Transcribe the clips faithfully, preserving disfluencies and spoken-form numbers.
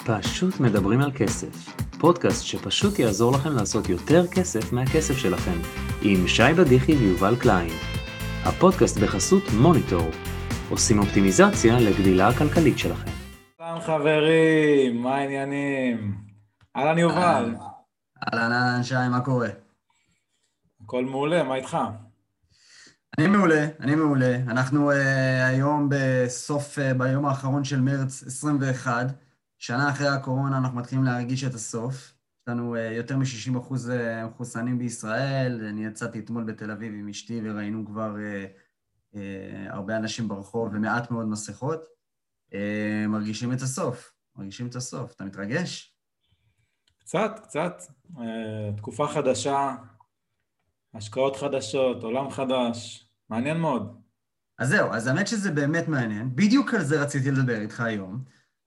פשוט מדברים על כסף, פודקאסט שפשוט יעזור לכם לעשות יותר כסף מהכסף שלכם, עם שי בדיחי ויובל קליין. הפודקאסט בחסות מוניטור, עושים אופטימיזציה לגדילה הכלכלית שלכם. שלום חברים, מה העניינים? אהלן יובל. אהלן אהלן שי, מה קורה? הכל מעולה, מה איתך? אני מעולה, אני מעולה. אנחנו uh, היום בסוף, uh, ביום האחרון של מרץ עשרים ואחת, שנה אחרי הקורונה אנחנו מתחילים להרגיש את הסוף. יש לנו uh, יותר מ-שישים אחוז uh, מחוסנים בישראל. אני יצאתי אתמול בתל אביב עם אשתי וראינו כבר uh, uh, הרבה אנשים ברחוב ומעט מאוד מסכות. Uh, מרגישים את הסוף, מרגישים את הסוף. אתה מתרגש? קצת, קצת. Uh, תקופה חדשה, השקעות חדשות, עולם חדש. מעניין מאוד. אז זהו, אז האמת שזה באמת מעניין. בדיוק על זה רציתי לדבר איתך היום.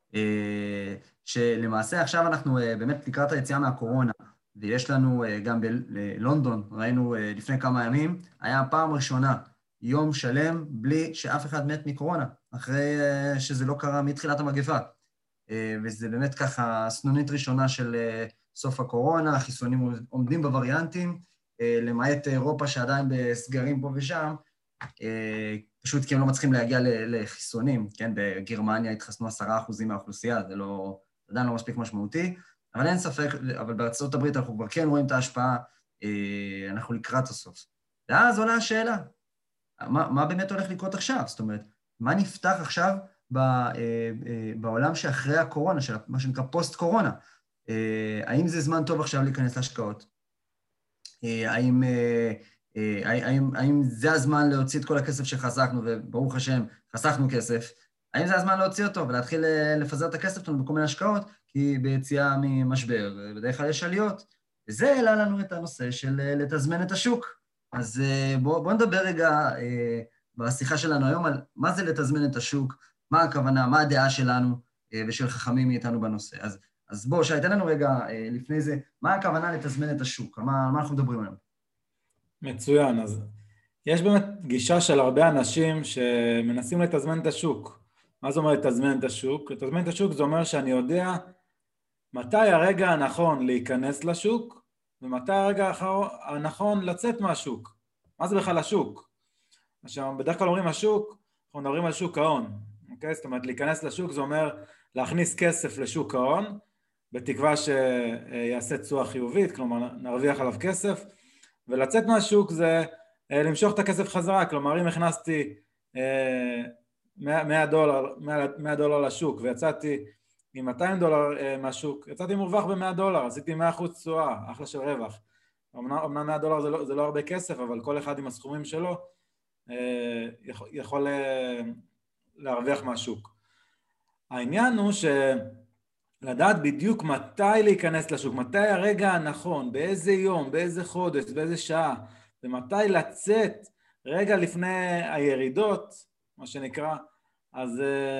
שלמעשה עכשיו אנחנו באמת לקראת היציאה מהקורונה, ויש לנו גם בלונדון, ראינו לפני כמה ימים, היה פעם ראשונה יום שלם בלי שאף אחד מת מקורונה, אחרי שזה לא קרה מתחילת המגפה. וזה באמת ככה סנונית ראשונה של סוף הקורונה, החיסונים עומדים בווריאנטים, למעט אירופה שעדיין בסגרים פה ושם, פשוט כי הם לא מצליחים להגיע לחיסונים, כן? בגרמניה התחסנו עשרה אחוזים מהאוכלוסייה, זה לא, עדיין לא מספיק משמעותי, אבל אין ספק, אבל בארצות הברית אנחנו כבר כן רואים את ההשפעה, אנחנו לקראת הסוף. ואז עולה השאלה, מה, מה באמת הולך לקרות עכשיו? זאת אומרת, מה נפתח עכשיו בעולם שאחרי הקורונה, של מה שנקרא פוסט-קורונה? האם זה זמן טוב עכשיו להיכנס להשקעות? האם, האם, האם זה הזמן להוציא את כל הכסף שחסכנו, וברוך השם, חסכנו כסף, האם זה הזמן להוציא אותו ולהתחיל לפזר את הכסף שלנו בכל מיני השקעות, כי ביציאה ממשבר, בדרך כלל יש עליות, וזה העלה לנו את הנושא של לתזמן את השוק. אז בואו בוא נדבר רגע בשיחה שלנו היום על מה זה לתזמן את השוק, מה הכוונה, מה הדעה שלנו ושל חכמים מאיתנו בנושא. אז אז בואו, שי, תן לנו רגע לפני זה, מה הכוונה לתזמן את השוק? מה, מה אנחנו מדברים עליו? מצוין, אז יש באמת גישה של הרבה אנשים שמנסים לתזמן את השוק. מה זה אומר לתזמן את השוק? לתזמן את השוק זה אומר שאני יודע מתי הרגע הנכון להיכנס לשוק, ומתי הרגע הנכון לצאת מהשוק. מה זה בכלל השוק? עכשיו, בדרך כלל אומרים השוק, אנחנו מדברים על שוק ההון. אוקיי? זאת אומרת, להיכנס לשוק זה אומר להכניס כסף לשוק ההון, בתקווה שיעשה תשואה חיובית, כלומר נרוויח עליו כסף, ולצאת מהשוק זה למשוך את הכסף חזרה, כלומר אם הכנסתי מאה דולר, מאה דולר לשוק ויצאתי עם מאתיים דולר מהשוק, יצאתי מורווח ב-מאה דולר, עשיתי מאה אחוז תשואה, אחלה של רווח. אמנם מאה דולר זה לא, זה לא הרבה כסף, אבל כל אחד עם הסכומים שלו יכול להרוויח מהשוק. העניין הוא ש... לדעת בדיוק מתי להיכנס לשוק, מתי הרגע הנכון, באיזה יום, באיזה חודש, באיזה שעה, ומתי לצאת רגע לפני הירידות, מה שנקרא, אז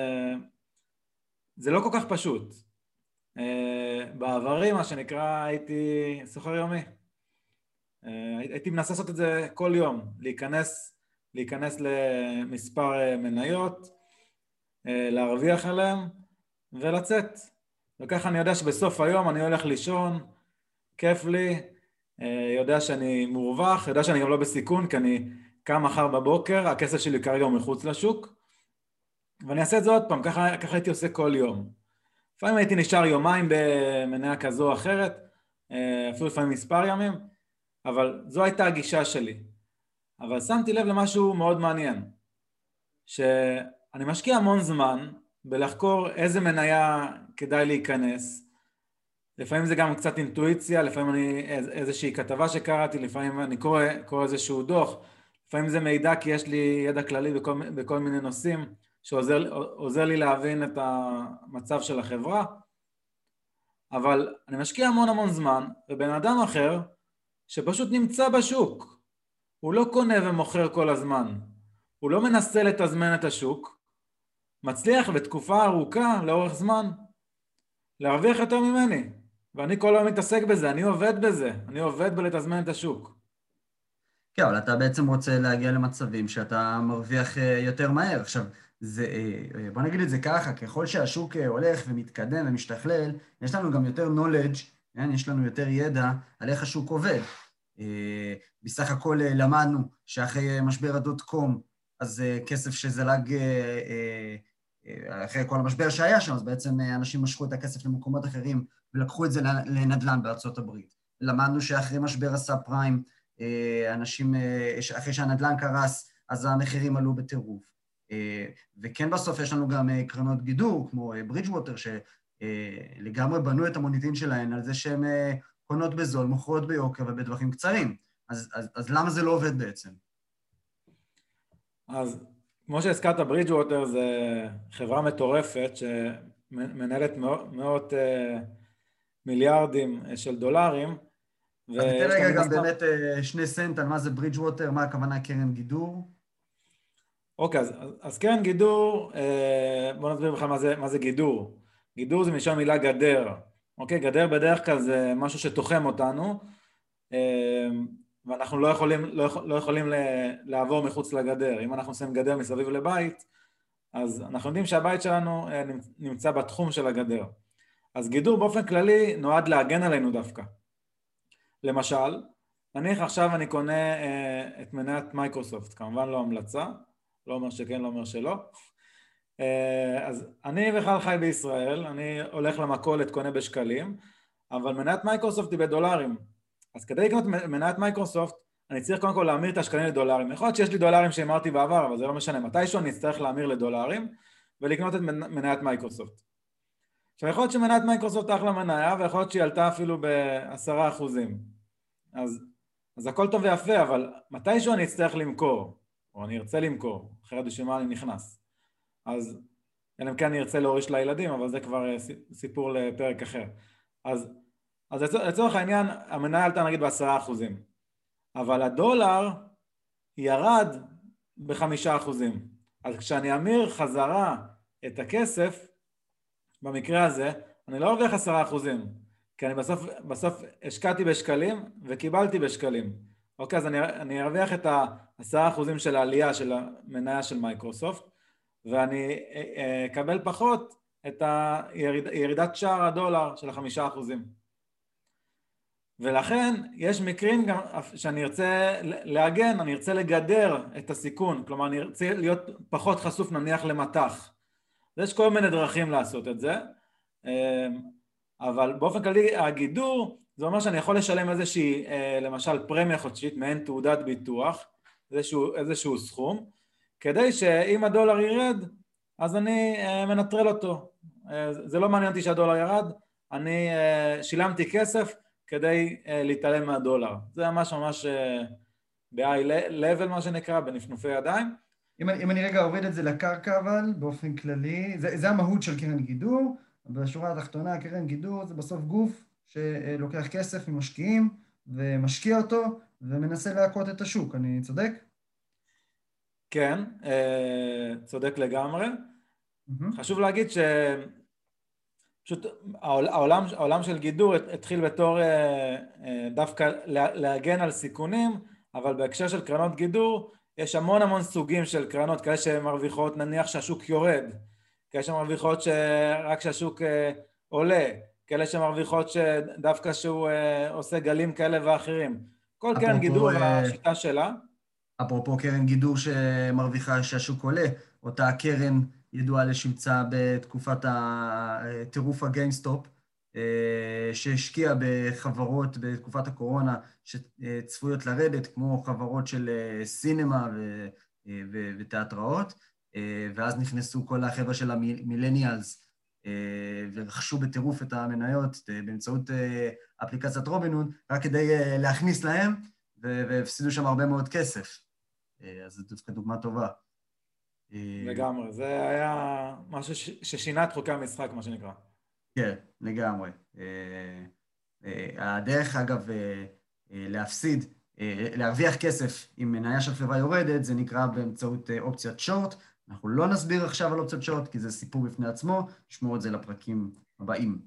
זה לא כל כך פשוט. בעברי, מה שנקרא, הייתי סוחר יומי. הייתי מנסה לעשות את זה כל יום, להיכנס, להיכנס למספר מניות, להרוויח עליהם ולצאת. וככה אני יודע שבסוף היום אני הולך לישון, כיף לי, יודע שאני מורווח, יודע שאני גם לא בסיכון, כי אני קם מחר בבוקר, הכסף שלי כרגע הוא מחוץ לשוק, ואני אעשה את זה עוד פעם, ככה, ככה הייתי עושה כל יום. לפעמים הייתי נשאר יומיים במניה כזו או אחרת, אפילו לפעמים מספר ימים, אבל זו הייתה הגישה שלי. אבל שמתי לב למשהו מאוד מעניין, שאני משקיע המון זמן, בלחקור איזה מניה כדאי להיכנס. לפעמים זה גם קצת אינטואיציה, לפעמים אני איזושהי כתבה שקראתי, לפעמים אני קורא, קורא איזשהו דוח, לפעמים זה מידע כי יש לי ידע כללי בכל, בכל מיני נושאים, שעוזר עוזר לי להבין את המצב של החברה, אבל אני משקיע המון המון זמן, ובן אדם אחר שפשוט נמצא בשוק, הוא לא קונה ומוכר כל הזמן, הוא לא מנסה לתזמן את השוק, מצליח בתקופה ארוכה, לאורך זמן, להרוויח יותר ממני. ואני כל היום מתעסק בזה, אני עובד בזה, אני עובד בלתזמן את השוק. כן, אבל אתה בעצם רוצה להגיע למצבים שאתה מרוויח יותר מהר. עכשיו, זה, בוא נגיד את זה ככה, ככל שהשוק הולך ומתקדם ומשתכלל, יש לנו גם יותר knowledge, יש לנו יותר ידע על איך השוק עובד. בסך הכל למדנו שאחרי משבר הדוט קום, אז כסף שזלג, אחרי כל המשבר שהיה שם, אז בעצם אנשים משכו את הכסף למקומות אחרים, ולקחו את זה לנדל"ן בארצות הברית. למדנו שאחרי משבר הסאב פריים, אנשים, אחרי שהנדל"ן קרס, אז המחירים עלו בטירוף. וכן בסוף יש לנו גם קרנות גידור, כמו ברידג'ווטר, שלגמרי בנו את המוניטין שלהן על זה שהן קונות בזול, מוכרות ביוקר ובדברים קצרים. אז, אז, אז למה זה לא עובד בעצם? אז כמו שהזכרת, ברידג'ווטר זה חברה מטורפת שמנהלת מאות, מאות מיליארדים של דולרים. אז ניתן רגע גם באמת שני סנט על מה זה ברידג'ווטר, מה הכוונה קרן גידור? אוקיי, אז, אז קרן גידור, בואו נסביר בכלל מה זה, מה זה גידור. גידור זה משום מילה גדר. אוקיי, גדר בדרך כלל זה משהו שתוחם אותנו, ואנחנו לא יכולים, לא, יכול, לא יכולים לעבור מחוץ לגדר. אם אנחנו עושים גדר מסביב לבית, אז אנחנו יודעים שהבית שלנו נמצא בתחום של הגדר. אז גידור באופן כללי נועד להגן עלינו דווקא. למשל, נניח עכשיו אני קונה את מניית מייקרוסופט, כמובן לא המלצה, לא אומר שכן, לא אומר שלא. אז אני בכלל חי בישראל, אני הולך למכולת, קונה בשקלים, אבל מניית מייקרוסופט היא בדולרים. אז כדי לקנות מניית מייקרוסופט, אני צריך קודם כל להמיר את השקלים לדולרים. יכול להיות שיש לי דולרים שהמרתי בעבר, אבל זה לא משנה. מתישהו אני אצטרך להמיר לדולרים, ולקנות את מניית מייקרוסופט. עכשיו, יכול להיות שמניית מייקרוסופט אחלה מניה, ויכול להיות שהיא עלתה אפילו בעשרה אחוזים. אז, אז הכל טוב ויפה, אבל מתישהו אני אצטרך למכור, או אני ארצה למכור, אחרת בשביל מה אני נכנס. אז, אלא אם כן אני ארצה להוריש לילדים, אבל זה כבר סיפור לפרק אחר. אז, אז לצורך העניין, המניה עלתה נגיד בעשרה אחוזים, אבל הדולר ירד בחמישה אחוזים. אז כשאני אמיר חזרה את הכסף, במקרה הזה, אני לא ארוויח עשרה אחוזים, כי אני בסוף, בסוף השקעתי בשקלים וקיבלתי בשקלים. אוקיי, אז אני, אני ארוויח את ה-עשרה אחוזים של העלייה של המניה של מייקרוסופט, ואני אקבל פחות את היריד, ירידת שער הדולר של החמישה אחוזים. ולכן יש מקרים גם שאני ארצה להגן, אני ארצה לגדר את הסיכון, כלומר אני ארצה להיות פחות חשוף נניח למתח. יש כל מיני דרכים לעשות את זה, אבל באופן כללי הגידור, זה אומר שאני יכול לשלם איזושהי, למשל פרמיה חודשית, מעין תעודת ביטוח, איזשהו, איזשהו סכום, כדי שאם הדולר ירד, אז אני מנטרל אותו. זה לא מעניין אותי שהדולר ירד, אני שילמתי כסף כדי להתעלם מהדולר. זה ממש ממש ב-high level מה שנקרא, בנפנופי ידיים. אם אני, אם אני רגע אוריד את זה לקרקע אבל, באופן כללי, זה, זה המהות של קרן גידור, בשורה התחתונה, קרן גידור זה בסוף גוף שלוקח כסף ממשקיעים ומשקיע אותו ומנסה להכות את השוק, אני צודק? כן, צודק לגמרי. Mm-hmm. חשוב להגיד ש... פשוט העולם, העולם של גידור התחיל בתור דווקא להגן על סיכונים, אבל בהקשר של קרנות גידור, יש המון המון סוגים של קרנות, כאלה שמרוויחות נניח שהשוק יורד, כאלה שמרוויחות שרק שהשוק עולה, כאלה שמרוויחות שדווקא שהוא עושה גלים כאלה ואחרים. כל קרן גידור והשיטה שלה. אפרופו קרן גידור שמרוויחה שהשוק עולה, אותה קרן ידועה לשמצה בתקופת הטירוף הגיימסטופ, שהשקיע בחברות בתקופת הקורונה שצפויות לרדת, כמו חברות של סינמה ותיאטראות, ואז נכנסו כל החבר'ה של המילניאלס, ורכשו בטירוף את המניות באמצעות אפליקציית רובין-הוד, רק כדי להכניס להם, והפסידו שם הרבה מאוד כסף. אז זו דווקא דוגמה טובה. לגמרי, זה היה משהו ששינה את חוקי המשחק, מה שנקרא. כן, לגמרי. הדרך, אגב, להפסיד, להרוויח כסף עם מניה של חברה יורדת, זה נקרא באמצעות אופציית שורט. אנחנו לא נסביר עכשיו על אופציית שורט, כי זה סיפור בפני עצמו, נשמור את זה לפרקים הבאים.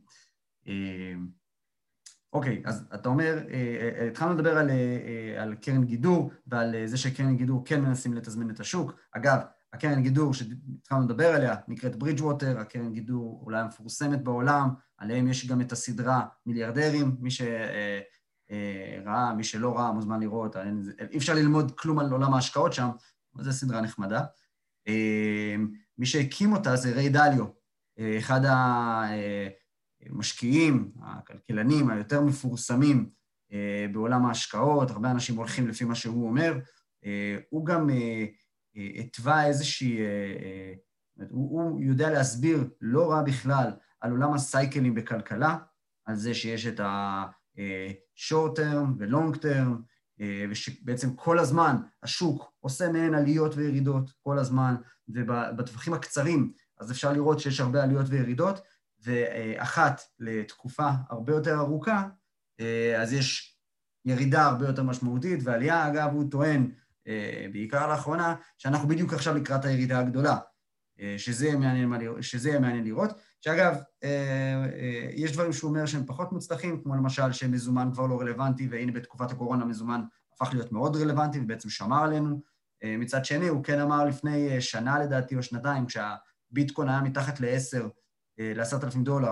אוקיי, אז אתה אומר, התחלנו לדבר על, על קרן גידור, ועל זה שקרן גידור כן מנסים לתזמן את השוק. אגב, הקרן גידור שהתחלנו לדבר עליה, נקראת ברידג'ווטר, הקרן גידור אולי המפורסמת בעולם, עליהם יש גם את הסדרה מיליארדרים, מי שראה, מי שלא ראה, מוזמן לראות, אי אפשר ללמוד כלום על עולם ההשקעות שם, אבל זו סדרה נחמדה. מי שהקים אותה זה ריי דליו, אחד המשקיעים, הכלכלנים היותר מפורסמים בעולם ההשקעות, הרבה אנשים הולכים לפי מה שהוא אומר, הוא גם התווה איזושהי, הוא יודע להסביר לא רע בכלל על עולם הסייקלים בכלכלה, על זה שיש את ה-short term ו-long term, ושבעצם כל הזמן השוק עושה מהן עליות וירידות כל הזמן, ובטווחים הקצרים אז אפשר לראות שיש הרבה עליות וירידות, ואחת לתקופה הרבה יותר ארוכה, אז יש ירידה הרבה יותר משמעותית, ועלייה, אגב, הוא טוען, בעיקר לאחרונה, שאנחנו בדיוק עכשיו לקראת הירידה הגדולה, שזה מעניין, שזה מעניין לראות, שאגב, יש דברים שהוא אומר שהם פחות מוצלחים, כמו למשל שמזומן כבר לא רלוונטי, והנה בתקופת הקורונה מזומן הפך להיות מאוד רלוונטי, ובעצם שמר עלינו. מצד שני, הוא כן אמר לפני שנה לדעתי או שנתיים, כשהביטקוין היה מתחת ל-עשר, ל-עשרת אלפים דולר,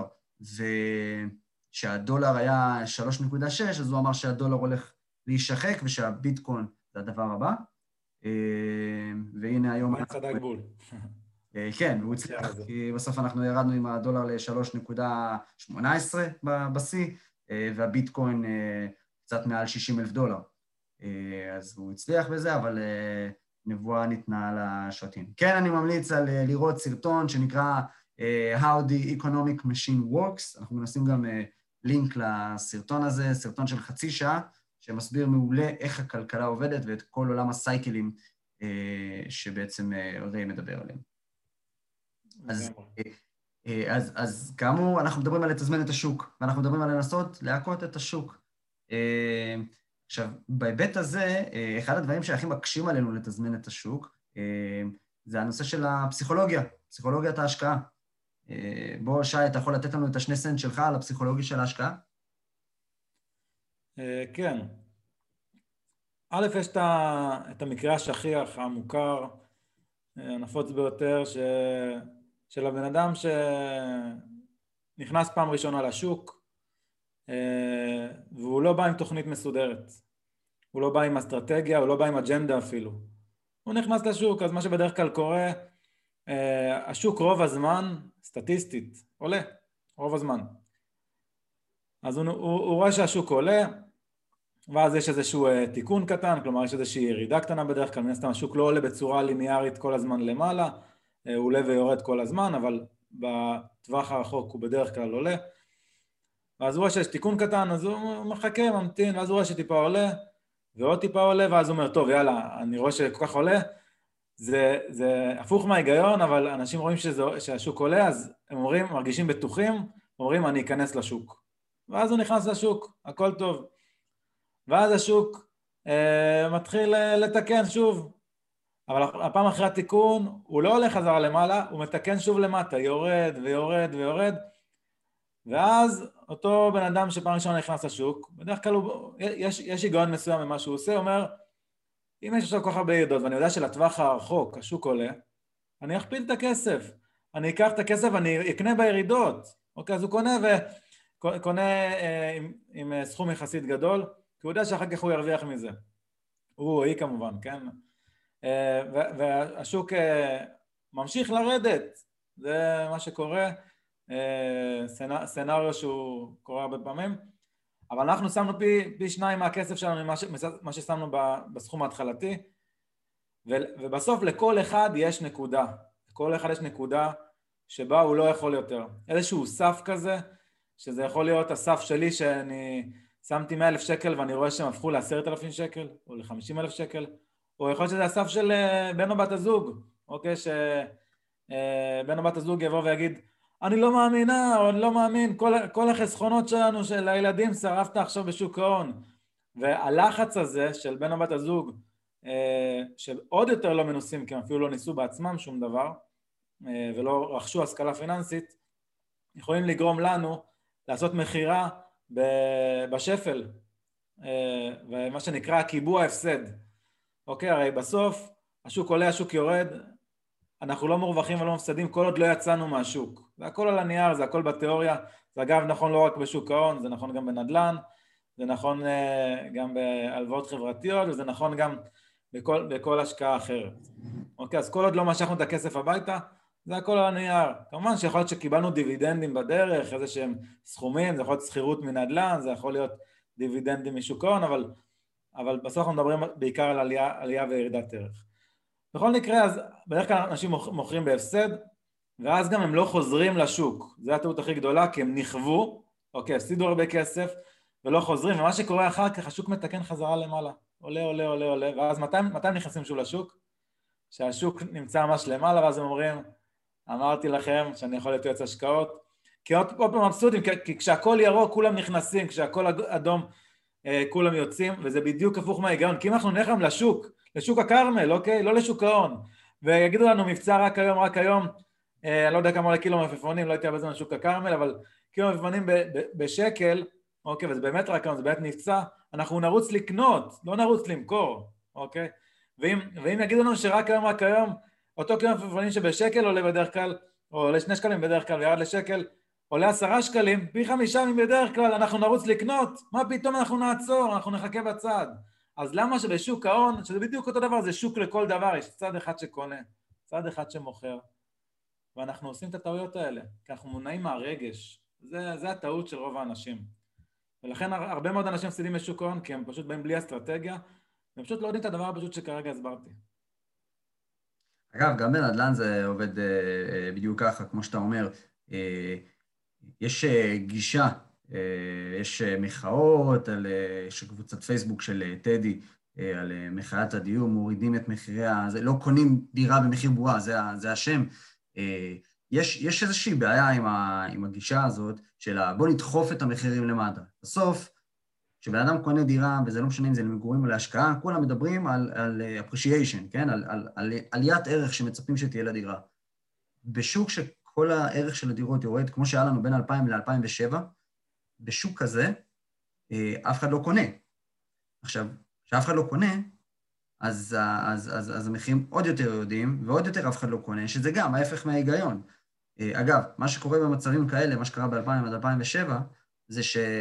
ושהדולר היה שלוש נקודה שש, אז הוא אמר שהדולר הולך להישחק, ושהביטקוין זה הדבר הבא. והנה היום... מה צדק בול? כן, הוא הצליח, כי בסוף אנחנו ירדנו עם הדולר ל-שלוש נקודה שמונה עשרה בשיא, והביטקוין קצת מעל שישים אלף דולר. אז הוא הצליח בזה, אבל נבואה ניתנה לשוטים. כן, אני ממליץ על לראות סרטון שנקרא How the Economic Machine Works. אנחנו מנסים גם לינק לסרטון הזה, סרטון של חצי שעה, שמסביר מעולה איך הכלכלה עובדת ואת כל עולם הסייקלים שבעצם ריי מדבר עליהם. אז, אז, אז כאמור, אנחנו מדברים על לתזמן את השוק, ואנחנו מדברים על לנסות להכות את השוק. עכשיו, בהיבט הזה, אחד הדברים שהכי מקשים עלינו לתזמן את השוק, זה הנושא של הפסיכולוגיה, פסיכולוגיית ההשקעה. בוא, שי, אתה יכול לתת לנו את השני סנט שלך על הפסיכולוגיה של ההשקעה? כן. א', יש את המקרה השכיח, המוכר, הנפוץ ביותר, ש... של הבן אדם שנכנס פעם ראשונה לשוק, והוא לא בא עם תוכנית מסודרת. הוא לא בא עם אסטרטגיה, הוא לא בא עם אג'נדה אפילו. הוא נכנס לשוק, אז מה שבדרך כלל קורה, השוק רוב הזמן, סטטיסטית, עולה, רוב הזמן. אז הוא, הוא, הוא רואה שהשוק עולה, ואז יש איזשהו תיקון קטן, כלומר יש איזושהי ירידה קטנה בדרך כלל, מן הסתם השוק לא עולה בצורה ליניארית כל הזמן למעלה, הוא עולה ויורד כל הזמן, אבל בטווח הרחוק הוא בדרך כלל עולה. ואז הוא רואה שיש תיקון קטן, אז הוא מחכה, ממתין, ואז הוא רואה שטיפה עולה, ועוד טיפה עולה, ואז הוא אומר, טוב, יאללה, אני רואה שכל כך עולה, זה, זה הפוך מההיגיון, אבל אנשים רואים שזה, שהשוק עולה, אז הם אומרים, מרגישים בטוחים, אומרים, אני אכנס לשוק. ואז הוא נכנס לשוק, הכל טוב. ואז השוק אה, מתחיל לתקן שוב, אבל הפעם אחרי התיקון, הוא לא עולה חזרה למעלה, הוא מתקן שוב למטה, יורד ויורד ויורד, ואז אותו בן אדם שפעם ראשונה נכנס לשוק, בדרך כלל הוא, יש, יש היגיון מסוים ממה שהוא עושה, הוא אומר, אם יש עכשיו כל כך הרבה ירידות, ואני יודע שלטווח הרחוק השוק עולה, אני אכפיל את הכסף, אני אקח את הכסף ואני אקנה בירידות, אוקיי, אז הוא קונה וקונה אה, עם, עם סכום יחסית גדול, כי הוא יודע שאחר כך הוא ירוויח מזה. הוא או היא כמובן, כן? אה, והשוק אה, ממשיך לרדת, זה מה שקורה, אה, סנריו שהוא קורה הרבה פעמים, אבל אנחנו שמנו פי, פי שניים מהכסף שלנו ממה ש, מה ששמנו בסכום ההתחלתי, ובסוף לכל אחד יש נקודה, לכל אחד יש נקודה שבה הוא לא יכול יותר. איזשהו סף כזה, שזה יכול להיות הסף שלי שאני שמתי מאה אלף שקל ואני רואה שהם הפכו לעשרת אלפים שקל או לחמישים אלף שקל, או יכול להיות שזה הסף של בן או בת הזוג, אוקיי, שבן או בת הזוג יבוא ויגיד, אני לא מאמינה, או אני לא מאמין, כל, כל החסכונות שלנו, של הילדים, שרפת עכשיו בשוק ההון. והלחץ הזה של בן או בת הזוג, שעוד יותר לא מנוסים, כי הם אפילו לא ניסו בעצמם שום דבר, ולא רכשו השכלה פיננסית, יכולים לגרום לנו לעשות מחירה בשפל, ומה שנקרא קיבוע הפסד. אוקיי, הרי בסוף השוק עולה, השוק יורד, אנחנו לא מורווחים ולא מפסדים כל עוד לא יצאנו מהשוק. זה הכל על הנייר, זה הכל בתיאוריה, זה אגב נכון לא רק בשוק ההון, זה נכון גם בנדל"ן, זה נכון גם בהלוואות חברתיות, וזה נכון גם בכל, בכל השקעה אחרת. אוקיי, אז כל עוד לא משכנו את הכסף הביתה, זה הכל על הנייר. כמובן שיכול להיות שקיבלנו דיבידנדים בדרך, איזה שהם סכומים, זה יכול להיות שכירות מנדל"ן, זה יכול להיות דיבידנדים משוק ההון, אבל, אבל בסוף אנחנו מדברים בעיקר על עלייה, עלייה וירידת ערך. בכל מקרה, אז בדרך כלל אנשים מוכרים בהפסד, ואז גם הם לא חוזרים לשוק. זו הטעות הכי גדולה, כי הם נכוו, אוקיי, הפסידו הרבה כסף, ולא חוזרים, ומה שקורה אחר כך, השוק מתקן חזרה למעלה. עולה, עולה, עולה, עולה, ואז מתי, מתי הם נכנסים שוב לשוק? שהשוק נמצא ממש למעלה, ואז הם אומרים, אמרתי לכם שאני יכול להיות יועץ השקעות, כי עוד פעם מבסוטים, כי כשהכל ירוק כולם נכנסים, כשהכל אדום כולם יוצאים, וזה בדיוק הפוך מההיגיון, כי אם אנחנו נלך לשוק, לשוק הקרמל, אוקיי? לא לשוק ההון, ויגידו לנו מבצע רק היום, רק היום, אני לא יודע כמה עולה קילו מלפפונים, לא הייתי הרבה זמן לשוק הקרמל, אבל קילו מלפפונים בשקל, אוקיי, וזה באמת רק היום, זה באמת מבצע, אנחנו נרוץ לקנות, לא נרוץ למכור, אוקיי? ואם, ואם יגידו לנו שרק היום, רק היום, אותו קילו מלפפונים שבשקל עולה בדרך כלל, או עולה שני שקלים בדרך כלל, וירד לשקל, עולה עשרה שקלים, פי חמישה מבדרך כלל, אנחנו נרוץ לקנות, מה פתאום אנחנו נעצור, אנחנו נחכה בצד. אז למה שבשוק ההון, שזה בדיוק אותו דבר, זה שוק לכל דבר, יש צד אחד שקונה, צד אחד שמוכר, ואנחנו עושים את הטעויות האלה, כי אנחנו מונעים מהרגש, זה, זה הטעות של רוב האנשים. ולכן הרבה מאוד אנשים מפסידים בשוק ההון, כי הם פשוט באים בלי אסטרטגיה, והם פשוט לא יודעים את הדבר הפשוט שכרגע הסברתי. אגב, גם בנדל"ן זה עובד בדיוק ככה, כמו שאתה אומר, יש גישה, יש מחאות, יש קבוצת פייסבוק של טדי, על מחאת הדיור, מורידים את מחירי, לא קונים דירה במחיר בועה, זה, זה השם. יש, יש איזושהי בעיה עם, ה, עם הגישה הזאת, של בוא נדחוף את המחירים למטה. בסוף, כשבן אדם קונה דירה, וזה לא משנה אם זה למגורים או להשקעה, כולם מדברים על, על appreciation, כן? על, על, על עליית ערך שמצפים שתהיה לדירה. בשוק שכל הערך של הדירות יורד, כמו שהיה לנו בין אלפיים ל-אלפיים ושבע, בשוק כזה, אף אחד לא קונה. עכשיו, כשאף אחד לא קונה, אז, אז, אז, אז המחירים עוד יותר יורדים, ועוד יותר אף אחד לא קונה, שזה גם ההפך מההיגיון. אגב, מה שקורה במצבים כאלה, מה שקרה ב-אלפיים עד אלפיים ושבע, זה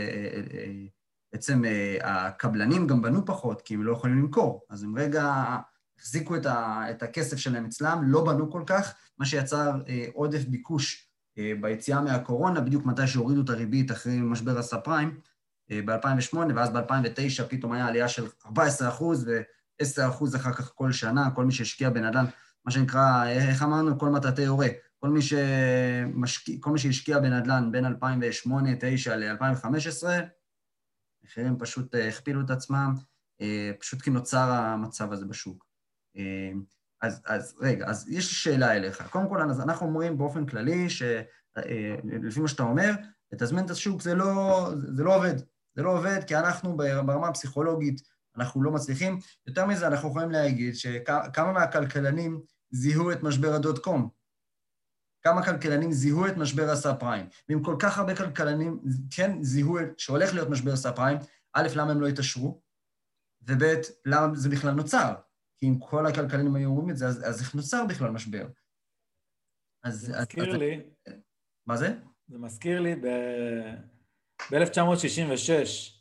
שבעצם הקבלנים גם בנו פחות, כי הם לא יכולים למכור. אז הם רגע החזיקו את, ה, את הכסף שלהם אצלם, לא בנו כל כך, מה שיצר עודף ביקוש ביציאה מהקורונה, בדיוק מתי שהורידו את הריבית אחרי משבר הסאב-פריים, ב-אלפיים ושמונה, ואז ב-אלפיים ותשע פתאום היה עלייה של ארבעה עשר אחוז, ו-עשרה אחוז אחר כך כל שנה, כל מי שהשקיע בנדל"ן, מה שנקרא, איך אמרנו, כל מטאטי יורה. כל מי שמשקיע, כל מי שהשקיע בנדל"ן בין אלפיים ושמונה תשע ל-אלפיים וחמש עשרה, מחירים פשוט הכפילו את עצמם, פשוט כי נוצר המצב הזה בשוק. אז, אז רגע, אז יש לי שאלה אליך. קודם כל, אז אנחנו אומרים באופן כללי, שלפי מה שאתה אומר, לתזמן את השוק זה לא, זה לא עובד. זה לא עובד כי אנחנו ברמה הפסיכולוגית, אנחנו לא מצליחים. יותר מזה, אנחנו יכולים להגיד שכמה מהכלכלנים זיהו את משבר הדוט קום. כמה כלכלנים זיהו את משבר הסאב-פריים. ואם כל כך הרבה כלכלנים כן זיהו שהולך להיות משבר סאב-פריים, א', למה הם לא התעשרו? וב', למה זה בכלל נוצר? כי אם כל הכלכלנים היו אומרים את זה, אז, אז איך נוצר בכלל משבר? אז, זה מזכיר אז, לי... מה זה? זה מזכיר לי ב-אלף תשע מאות שישים ושש,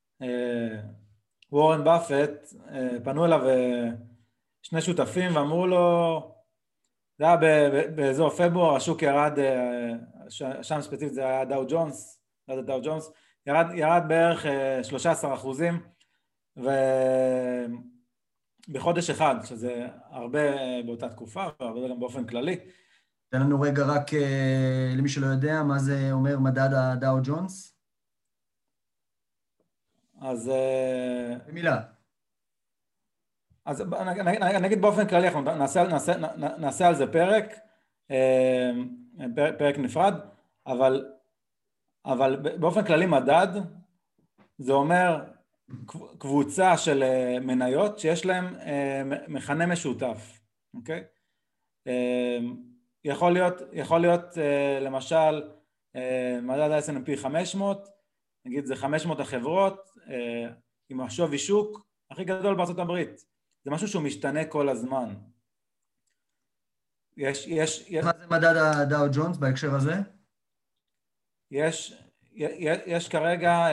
וורן באפט, פנו אליו שני שותפים ואמרו לו, זה היה באזור פברואר, השוק ירד, שם ספציפית זה היה דאו ג'ונס, דאו ג'ונס, ירד, ירד בערך שלושה עשר אחוזים, ובחודש אחד, שזה הרבה באותה תקופה, והרבה גם באופן כללי. תן לנו רגע רק למי שלא יודע, מה זה אומר מדד הדאו ג'ונס? אז... במילה. אז נגיד באופן כללי, אנחנו נעשה, נעשה, נעשה על זה פרק, פרק נפרד, אבל, אבל באופן כללי מדד, זה אומר קבוצה של מניות שיש להם מכנה משותף, אוקיי? יכול להיות, יכול להיות למשל מדד ה-אס אנד פי חמש מאות, נגיד זה חמש מאות החברות עם השווי שוק הכי גדול בארצות הברית. זה משהו שהוא משתנה כל הזמן. יש, יש, מה זה מדד הדאו ג'ונס בהקשר הזה? יש, יש, יש כרגע,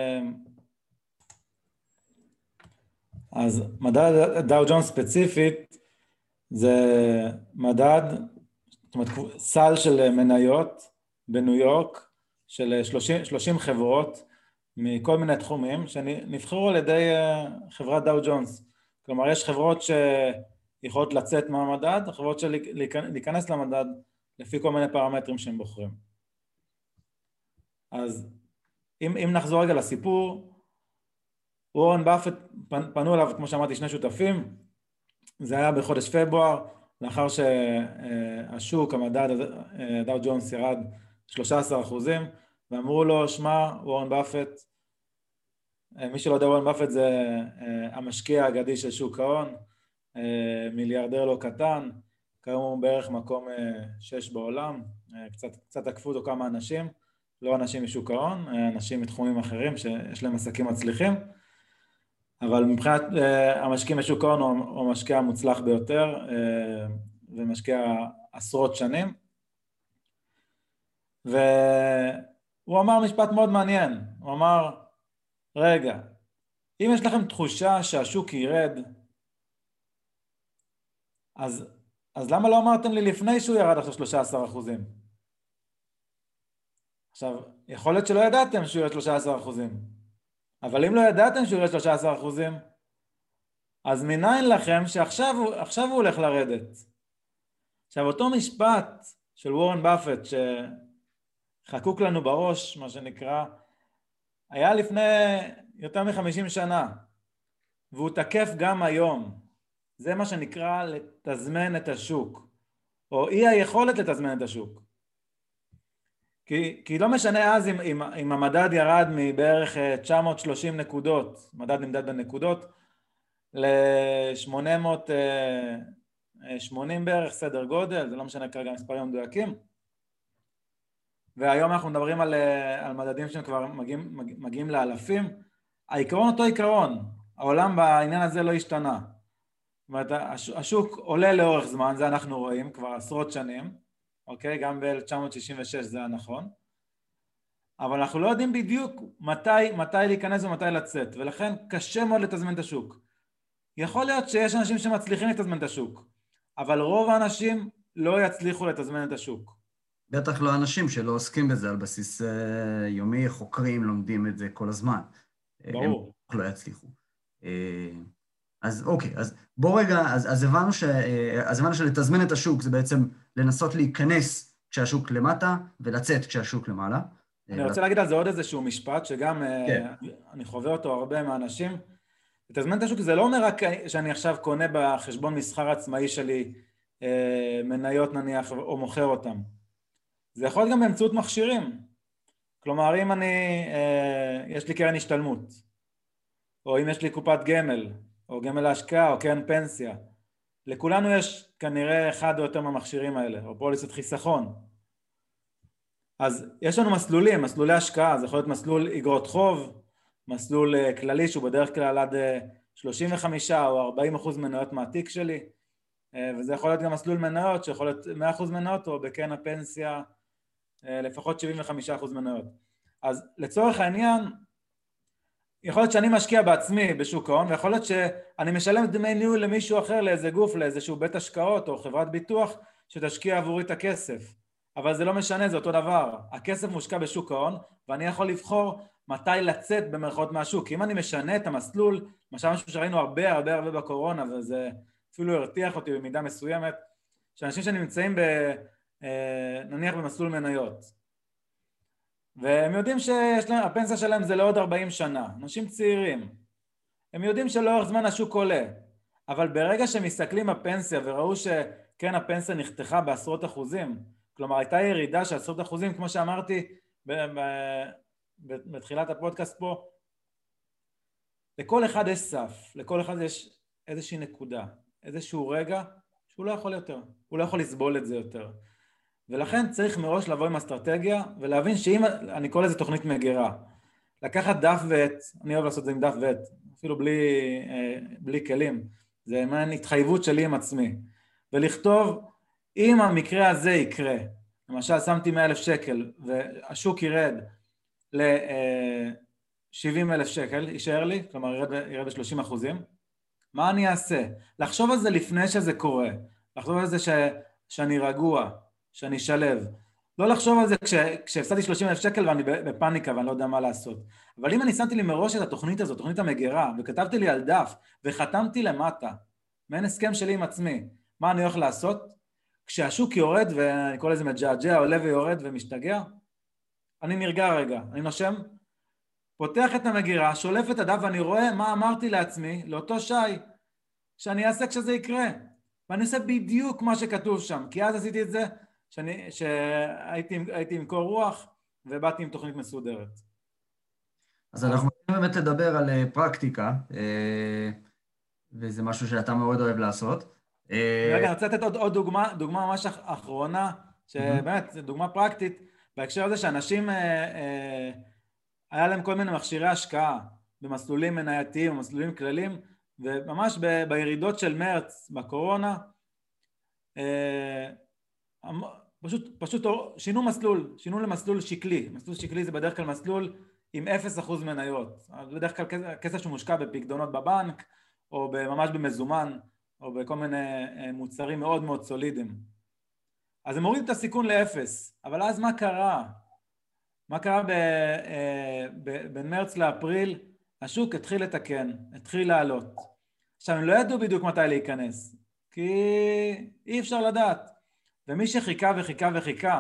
אז מדד הדאו ג'ונס ספציפית, זה מדד, זאת אומרת, סל של מניות בניו יורק, של שלושים, שלושים חברות, מכל מיני תחומים, שנבחרו על ידי חברת דאו ג'ונס. כלומר, יש חברות שיכולות לצאת מהמדד, חברות שלהיכנס למדד, לפי כל מיני פרמטרים שהם בוחרים. אז אם, אם נחזור רגע לסיפור, וורן באפט פנו אליו, כמו שאמרתי, שני שותפים, זה היה בחודש פברואר, לאחר שהשוק, המדד, דאו ג'ונס ירד שלושה עשר אחוזים, ואמרו לו, שמע, וורן באפט, מי שלא יודע, וורן באפט זה המשקיע האגדי של שוק ההון, מיליארדר לא קטן, כיום הוא בערך מקום שש בעולם, קצת, קצת עקפו אותו כמה אנשים, לא אנשים משוק ההון, אנשים מתחומים אחרים שיש להם עסקים מצליחים, אבל מבחינת המשקיעים משוק ההון הוא המשקיע המוצלח ביותר, ומשקיע עשרות שנים, והוא אמר משפט מאוד מעניין, הוא אמר, רגע, אם יש לכם תחושה שהשוק ירד, אז, אז למה לא אמרתם לי לפני שהוא ירד עכשיו שלושה עשר אחוזים? עכשיו, יכול להיות שלא ידעתם שהוא ירד שלושה עשר אחוזים, אבל אם לא ידעתם שהוא ירד שלושה עשר אחוזים, אז מניין לכם שעכשיו הוא, עכשיו הוא הולך לרדת. עכשיו, אותו משפט של וורן באפט שחקוק לנו בראש, מה שנקרא, היה לפני יותר מ-חמישים שנה, והוא תקף גם היום. זה מה שנקרא לתזמן את השוק, או אי היכולת לתזמן את השוק. כי, כי לא משנה אז אם, אם, אם המדד ירד מבערך תשע מאות ושלושים נקודות, מדד נמדד בנקודות, ל-שמונה מאות ושמונים בערך סדר גודל, זה לא משנה כרגע מספרים מדויקים, והיום אנחנו מדברים על, על מדדים שהם כבר מגיעים, מגיעים לאלפים, העיקרון אותו עיקרון, העולם בעניין הזה לא השתנה, זאת אומרת, השוק עולה לאורך זמן, זה אנחנו רואים כבר עשרות שנים, אוקיי? גם ב-אלף תשע מאות שישים ושש זה היה נכון, אבל אנחנו לא יודעים בדיוק מתי, מתי להיכנס ומתי לצאת, ולכן קשה מאוד לתזמן את השוק. יכול להיות שיש אנשים שמצליחים לתזמן את השוק, אבל רוב האנשים לא יצליחו לתזמן את השוק. בטח לא אנשים שלא עוסקים בזה על בסיס uh, יומי, חוקרים, לומדים את זה כל הזמן. ברור. הם לא יצליחו. Uh, אז אוקיי, אז בוא רגע, אז, אז הבנו ש, אז הבנו שלתזמן את השוק זה בעצם לנסות להיכנס כשהשוק למטה ולצאת כשהשוק למעלה. אני רוצה להגיד על זה עוד איזשהו משפט שגם כן. אני חווה אותו הרבה מהאנשים. לתזמן את השוק זה לא אומר רק שאני עכשיו קונה בחשבון מסחר עצמאי שלי מניות נניח או מוכר אותם. זה יכול להיות גם באמצעות מכשירים. כלומר, אם אני, יש לי קרן השתלמות, או אם יש לי קופת גמל, או גמל להשקעה, או קרן פנסיה, לכולנו יש כנראה אחד או יותר מהמכשירים האלה, או פוליסת חיסכון. אז יש לנו מסלולים, מסלולי השקעה, זה יכול להיות מסלול אגרות חוב, מסלול כללי שהוא בדרך כלל עד שלושים וחמישה או ארבעים אחוז מניות מהתיק שלי, וזה יכול להיות גם מסלול מניות שיכול להיות מאה אחוז מניות, או בקרן הפנסיה לפחות שבעים וחמישה אחוז מניות. אז לצורך העניין, יכול להיות שאני משקיע בעצמי בשוק ההון, ויכול להיות שאני משלם דמי ניהול למישהו אחר, לאיזה גוף, לאיזשהו בית השקעות או חברת ביטוח, שתשקיע עבורי את הכסף. אבל זה לא משנה, זה אותו דבר. הכסף מושקע בשוק ההון, ואני יכול לבחור מתי לצאת במרכאות מהשוק. אם אני משנה את המסלול, משהו שראינו הרבה הרבה הרבה בקורונה, וזה אפילו הרתיח אותי במידה מסוימת, שאנשים שנמצאים ב, נניח במסלול מניות, והם יודעים שהפנסיה שלהם זה לעוד ארבעים שנה, אנשים צעירים, הם יודעים שלאורך זמן השוק עולה, אבל ברגע שמסתכלים הפנסיה וראו שכן הפנסיה נחתכה בעשרות אחוזים, כלומר הייתה ירידה של עשרות אחוזים, כמו שאמרתי בתחילת הפודקאסט פה, לכל אחד יש סף, לכל אחד יש איזושהי נקודה, איזשהו רגע שהוא לא יכול יותר, הוא לא יכול לסבול את זה יותר. ולכן צריך מראש לבוא עם אסטרטגיה ולהבין שאם, אני קורא לזה תוכנית מגירה, לקחת דף ועט, אני אוהב לעשות את זה עם דף ועט, אפילו בלי, בלי כלים, זה מעין התחייבות שלי עם עצמי, ולכתוב אם המקרה הזה יקרה, למשל שמתי מאה אלף שקל והשוק ירד ל-שבעים אלף שקל, יישאר לי, כלומר ירד, ירד ב-שלושים אחוזים, מה אני אעשה? לחשוב על זה לפני שזה קורה, לחשוב על זה ש, שאני רגוע, שאני שלב, לא לחשוב על זה כש, כשהפסדתי שלושים אלף שקל ואני בפאניקה ואני לא יודע מה לעשות. אבל אם אני שמתי לי מראש את התוכנית הזאת, תוכנית המגירה, וכתבתי לי על דף וחתמתי למטה, מעין הסכם שלי עם עצמי, מה אני הולך לעשות? כשהשוק יורד, ואני קורא לזה מג'עג'ע, עולה ויורד ומשתגע, אני נרגע רגע, אני נושם, פותח את המגירה, שולף את הדף ואני רואה מה אמרתי לעצמי, לאותו שי, שאני אעשה כשזה יקרה. ואני עושה בדיוק מה שכתוב שם, כי אז עשיתי את זה, שאני, שהייתי הייתי עם קור רוח, ובאתי עם תוכנית מסודרת. אז אנחנו רוצים באמת לדבר על פרקטיקה, וזה משהו שאתה מאוד אוהב לעשות. רגע, אני רוצה לתת עוד, עוד דוגמה, דוגמה ממש אחרונה, שבאמת, זו דוגמה פרקטית, בהקשר הזה שאנשים, אה, אה, היה להם כל מיני מכשירי השקעה, במסלולים מנייתיים, במסלולים כלליים, וממש ב, בירידות של מרץ, בקורונה, אה, פשוט, פשוט שינו מסלול, שינו למסלול שקלי, מסלול שקלי זה בדרך כלל מסלול עם אפס אחוז מניות, בדרך כלל כסף שמושקע בפקדונות בבנק, או ממש במזומן, או בכל מיני מוצרים מאוד מאוד סולידיים. אז הם מורידים את הסיכון לאפס, אבל אז מה קרה? מה קרה ב, ב, בין מרץ לאפריל? השוק התחיל לתקן, התחיל לעלות. עכשיו, הם לא ידעו בדיוק מתי להיכנס, כי אי אפשר לדעת. ומי שחיכה וחיכה וחיכה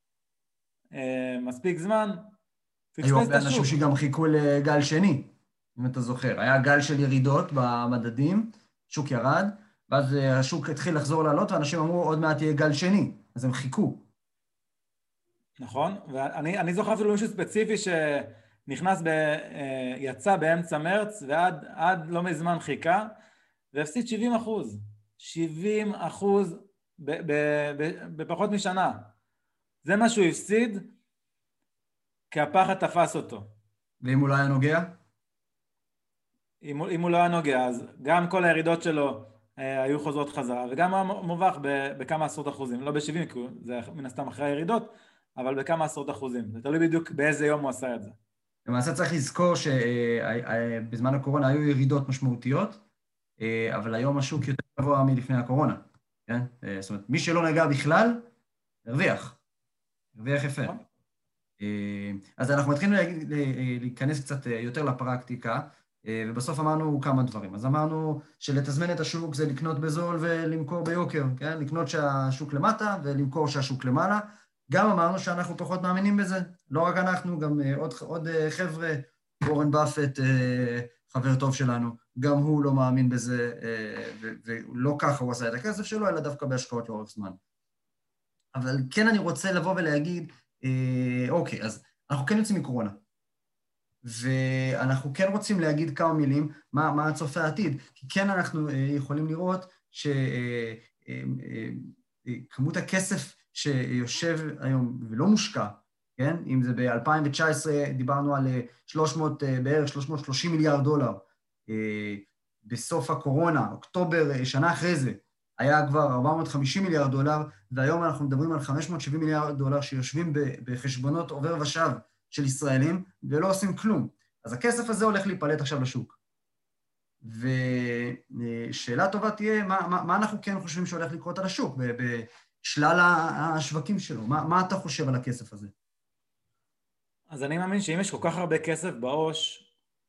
מספיק זמן, היו הרבה אנשים שגם חיכו לגל שני, אם אתה זוכר. היה גל של ירידות במדדים, שוק ירד, ואז השוק התחיל לחזור לעלות, ואנשים אמרו, עוד מעט יהיה גל שני, אז הם חיכו. נכון, ואני אני זוכר אפילו מישהו ספציפי שנכנס, ב, יצא באמצע מרץ, ועד עד לא מזמן חיכה, והפסיד שבעים אחוז. שבעים אחוז ב, ב, ב, בפחות משנה. זה מה שהוא הפסיד, כי הפחד תפס אותו. ואם הוא לא היה נוגע? אם, אם הוא לא היה נוגע, אז גם כל הירידות שלו אה, היו חוזרות חזרה, וגם מובך ב, בכמה עשרות אחוזים, לא ב-שבעים, כי זה מן הסתם אחרי הירידות, אבל בכמה עשרות אחוזים. זה תלוי בדיוק באיזה יום הוא עשה את זה. למעשה צריך לזכור שבזמן הקורונה היו ירידות משמעותיות, אבל היום השוק יותר גבוה מלפני הקורונה. כן? זאת אומרת, מי שלא נגע בכלל, הרוויח. הרוויח יפה. אז אנחנו מתחילים להיכנס קצת יותר לפרקטיקה, ובסוף אמרנו כמה דברים. אז אמרנו שלתזמן את השוק זה לקנות בזול ולמכור ביוקר, כן? לקנות שהשוק למטה ולמכור שהשוק למעלה. גם אמרנו שאנחנו פחות מאמינים בזה. לא רק אנחנו, גם עוד, עוד חבר'ה, וורן באפט, חבר טוב שלנו, גם הוא לא מאמין בזה, ולא ככה הוא עשה את הכסף שלו, אלא דווקא בהשקעות לאורך זמן. אבל כן אני רוצה לבוא ולהגיד, אוקיי, אז אנחנו כן יוצאים מקורונה, ואנחנו כן רוצים להגיד כמה מילים, מה, מה צופה העתיד, כי כן אנחנו יכולים לראות שכמות הכסף שיושב היום ולא מושקע, כן? אם זה ב-אלפיים תשע עשרה דיברנו על שלוש מאות, בערך שלוש מאות ושלושים מיליארד דולר, בסוף הקורונה, אוקטובר, שנה אחרי זה, היה כבר ארבע מאות וחמישים מיליארד דולר, והיום אנחנו מדברים על חמש מאות ושבעים מיליארד דולר שיושבים בחשבונות עובר ושב של ישראלים, ולא עושים כלום. אז הכסף הזה הולך להיפלט עכשיו לשוק. ושאלה טובה תהיה, מה, מה, מה אנחנו כן חושבים שהולך לקרות על השוק, בשלל השווקים שלו? מה, מה אתה חושב על הכסף הזה? אז אני מאמין שאם יש כל כך הרבה כסף בעו"ש,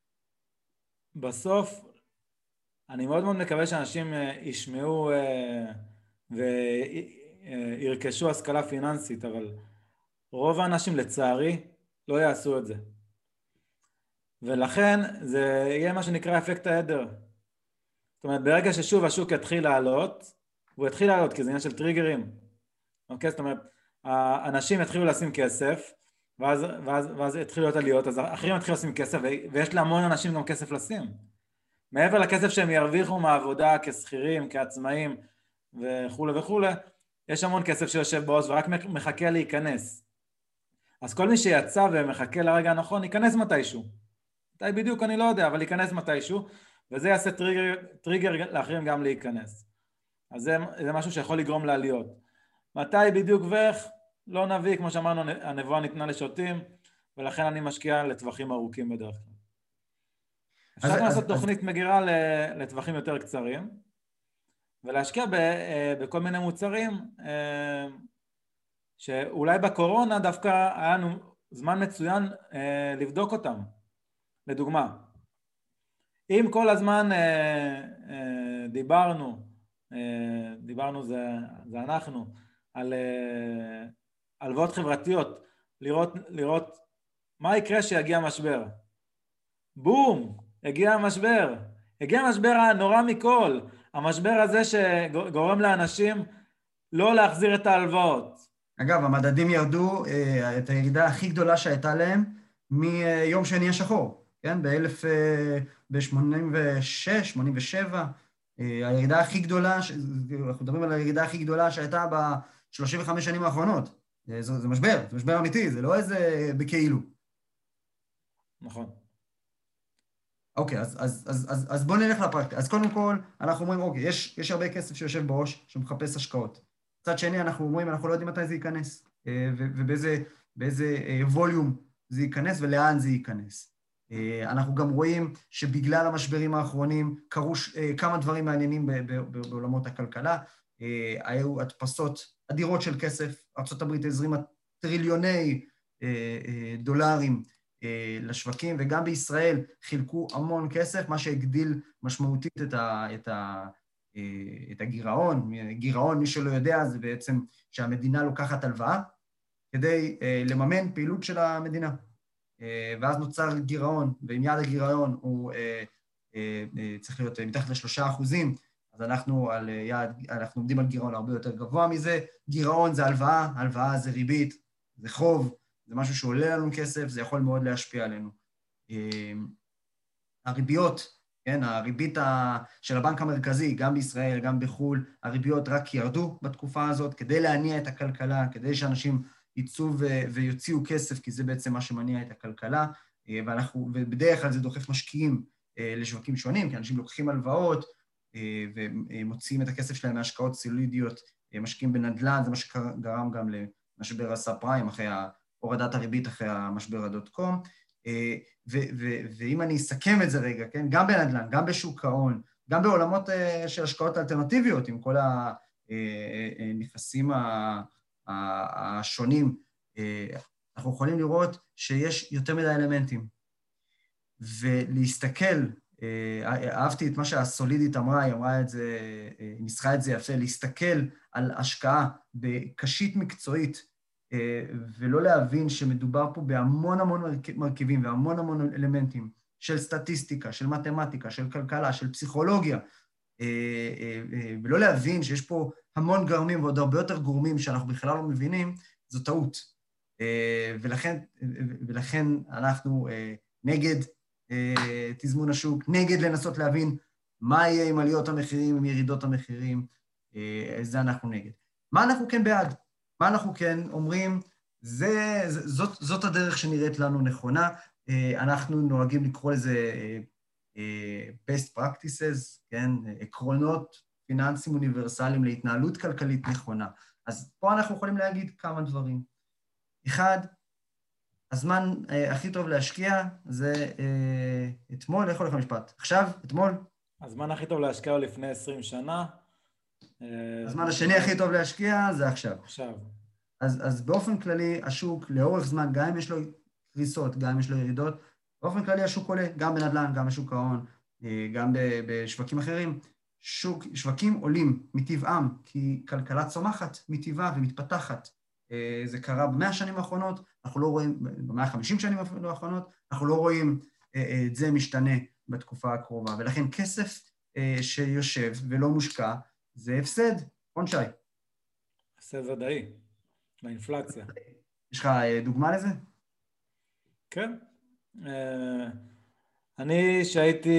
בסוף, אני מאוד מאוד מקווה שאנשים ישמעו וירכשו השכלה פיננסית, אבל רוב האנשים לצערי לא יעשו את זה. ולכן זה יהיה מה שנקרא אפקט העדר. זאת אומרת, ברגע ששוב השוק יתחיל לעלות, הוא יתחיל לעלות כי זה עניין של טריגרים. אוקיי? זאת אומרת, האנשים יתחילו לשים כסף, ואז, ואז, ואז יתחילו להיות עליות, אז אחרים יתחילו לשים כסף, ויש להמון אנשים גם כסף לשים. מעבר לכסף שהם ירוויחו מהעבודה כשכירים, כעצמאים וכו' וכו', יש המון כסף שיושב בעו"ש ורק מחכה להיכנס. אז כל מי שיצא ומחכה לרגע הנכון, ייכנס מתישהו. מתי בדיוק אני לא יודע, אבל ייכנס מתישהו, וזה יעשה טריגר, טריגר לאחרים גם להיכנס. אז זה, זה משהו שיכול לגרום לעליות. מתי בדיוק ואיך, לא נביא, כמו שאמרנו, הנבואה ניתנה לשוטים, ולכן אני משקיע לטווחים ארוכים בדרך כלל. אפשר גם לעשות תוכנית מגירה לטווחים יותר קצרים, ולהשקיע בכל מיני מוצרים, שאולי בקורונה דווקא היה לנו זמן מצוין לבדוק אותם. לדוגמה, אם כל הזמן דיברנו, דיברנו זה, זה אנחנו, על הלוואות חברתיות, לראות, לראות מה יקרה שיגיע משבר. בום, הגיע המשבר, הגיע המשבר הנורא מכל, המשבר הזה שגורם לאנשים לא להחזיר את ההלוואות. אגב, המדדים ירדו, את הירידה הכי גדולה שהייתה להם, מיום שני השחור, כן? ב-אלף ב-שמונים ושש, שמונים ושבע, הירידה הכי גדולה, אנחנו מדברים על הירידה הכי גדולה שהייתה ב-שלושים וחמש שנים האחרונות. זה, זה משבר, זה משבר אמיתי, זה לא איזה בכאילו. נכון. אוקיי, אז, אז, אז, אז, אז בואו נלך לפרקטיקה. אז קודם כל, אנחנו אומרים, אוקיי, יש, יש הרבה כסף שיושב בראש, שמחפש השקעות. מצד שני, אנחנו אומרים, אנחנו לא יודעים מתי זה ייכנס, ובאיזה, באיזה ווליום זה ייכנס ולאן זה ייכנס. אנחנו גם רואים שבגלל המשברים האחרונים קרו כמה דברים מעניינים בעולמות הכלכלה. היו הדפסות אדירות של כסף, ארצות הברית הזרימה טריליוני דולרים לשווקים, וגם בישראל חילקו המון כסף, מה שהגדיל משמעותית את ה, את ה, את הגירעון. גירעון, מי שלא יודע, זה בעצם שהמדינה לוקחת הלוואה כדי לממן פעילות של המדינה. ואז נוצר גירעון, ועם יד הגירעון הוא צריך להיות מתחת לשלושה אחוזים, אז אנחנו על יד, אנחנו עומדים על גירעון הרבה יותר גבוה מזה. גירעון זה הלוואה, הלוואה זה ריבית, זה חוב, זה משהו שעולה לנו כסף, זה יכול מאוד להשפיע עלינו. הריביות, כן, הריבית של הבנק המרכזי, גם בישראל, גם בחו"ל, הריביות רק ירדו בתקופה הזאת, כדי להניע את הכלכלה, כדי שאנשים ייצאו ויוציאו כסף, כי זה בעצם מה שמניע את הכלכלה, ואנחנו, ובדרך כלל זה דוחף משקיעים לשווקים שונים, כי אנשים לוקחים הלוואות, ומוציאים את הכסף שלהם מהשקעות סולידיות, משקיעים בנדל"ן, זה מה שגרם גם למשבר הסאב פריים, אחרי הורדת הריבית, אחרי המשבר הדוט קום, ואם אני אסכם את זה רגע, כן, גם בנדל"ן, גם בשוק ההון, גם בעולמות של השקעות אלטרנטיביות, עם כל הנכסים השונים, אנחנו יכולים לראות שיש יותר מדי אלמנטים, ולהסתכל, אהבתי את מה שהסולידית אמרה, היא אמרה את זה, היא ניסחה את זה יפה, להסתכל על השקעה בקשית מקצועית, ולא להבין שמדובר פה בהמון המון מרכיבים והמון המון אלמנטים של סטטיסטיקה, של מתמטיקה, של כלכלה, של פסיכולוגיה, ולא להבין שיש פה המון גורמים ועוד הרבה יותר גורמים שאנחנו בכלל לא מבינים, זו טעות. ולכן, ולכן אנחנו נגד תזמון השוק, נגד לנסות להבין מה יהיה עם עליות המחירים, עם ירידות המחירים, זה אנחנו נגד. מה אנחנו כן בעד? מה אנחנו כן אומרים? זה, זאת, זאת הדרך שנראית לנו נכונה, אנחנו נוהגים לקרוא לזה best practices, כן? עקרונות פיננסיים אוניברסליים להתנהלות כלכלית נכונה. אז פה אנחנו יכולים להגיד כמה דברים. אחד, הזמן הכי טוב להשקיע זה אתמול, איך הולך המשפט? עכשיו, אתמול? הזמן הכי טוב להשקיע הוא לפני עשרים שנה. הזמן השני הכי טוב להשקיע זה עכשיו. עכשיו. אז, אז באופן כללי, השוק לאורך זמן, גם אם יש לו קריסות, גם אם יש לו ירידות, באופן כללי השוק עולה, גם בנדל"ן, גם בשוק ההון, גם בשווקים אחרים. שוק, שווקים עולים מטבעם, כי כלכלה צומחת מטבעה ומתפתחת. זה קרה במאה השנים האחרונות, אנחנו לא רואים, במאה ה-חמישים שנים האחרונות, אנחנו לא רואים את זה משתנה בתקופה הקרובה, ולכן כסף שיושב ולא מושקע, זה הפסד. נכון, שי? הפסד ודאי, לאינפלציה. יש לך דוגמה לזה? כן. אני שהייתי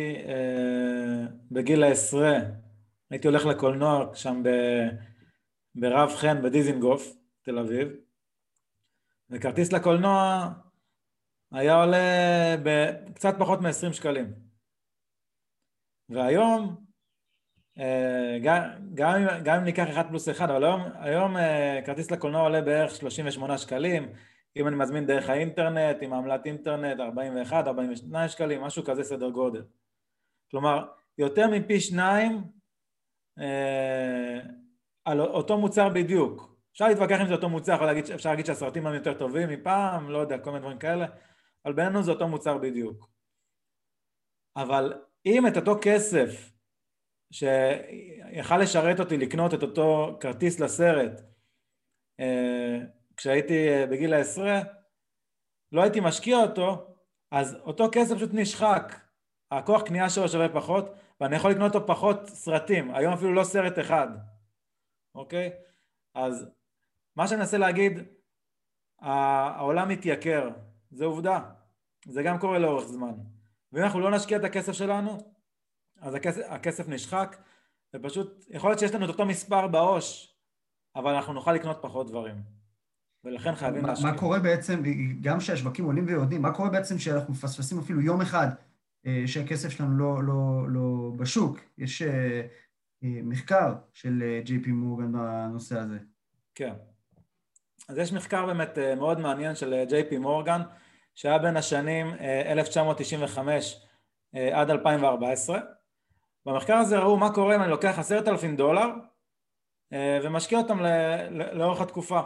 בגיל העשרה, הייתי הולך לקולנוע שם ברב חן בדיזינגוף, תל אביב, וכרטיס לקולנוע היה עולה בקצת פחות מ-עשרים שקלים. והיום גם, גם, אם, גם אם ניקח אחד פלוס אחד, אבל היום, היום כרטיס לקולנוע עולה בערך שלושים ושמונה שקלים, אם אני מזמין דרך האינטרנט, עם עמלת אינטרנט, ארבעים ואחד, ארבעים ושניים שקלים, משהו כזה סדר גודל. כלומר, יותר מפי שניים אה, על אותו מוצר בדיוק. אפשר להתווכח אם זה אותו מוצר, אפשר להגיד, אפשר להגיד שהסרטים הם יותר טובים מפעם, לא יודע, כל מיני דברים כאלה, אבל בינינו זה אותו מוצר בדיוק. אבל אם את אותו כסף שיכל לשרת אותי לקנות את אותו כרטיס לסרט, אה, כשהייתי בגיל העשרה, לא הייתי משקיע אותו, אז אותו כסף פשוט נשחק. הכוח קנייה שלו שווה פחות, ואני יכול לקנות אותו פחות סרטים. היום אפילו לא סרט אחד. אוקיי? אז מה שאני מנסה להגיד, העולם מתייקר. זה עובדה. זה גם קורה לאורך זמן. ואם אנחנו לא נשקיע את הכסף שלנו, אז הכסף, הכסף נשחק, ופשוט יכול להיות שיש לנו את אותו מספר בעו"ש, אבל אנחנו נוכל לקנות פחות דברים. ולכן חייבים להשקיע. מה קורה בעצם, גם שהשווקים עולים ויורדים, מה קורה בעצם שאנחנו מפספסים אפילו יום אחד שהכסף שלנו לא, לא, לא בשוק? יש מחקר של ג'יי פי מורגן בנושא הזה. כן. אז יש מחקר באמת מאוד מעניין של ג'יי פי מורגן, שהיה בין השנים אלף תשע מאות תשעים וחמש עד אלפיים וארבע עשרה. במחקר הזה ראו מה קורה אם אני לוקח עשרת אלפים דולר ומשקיע אותם לאורך התקופה.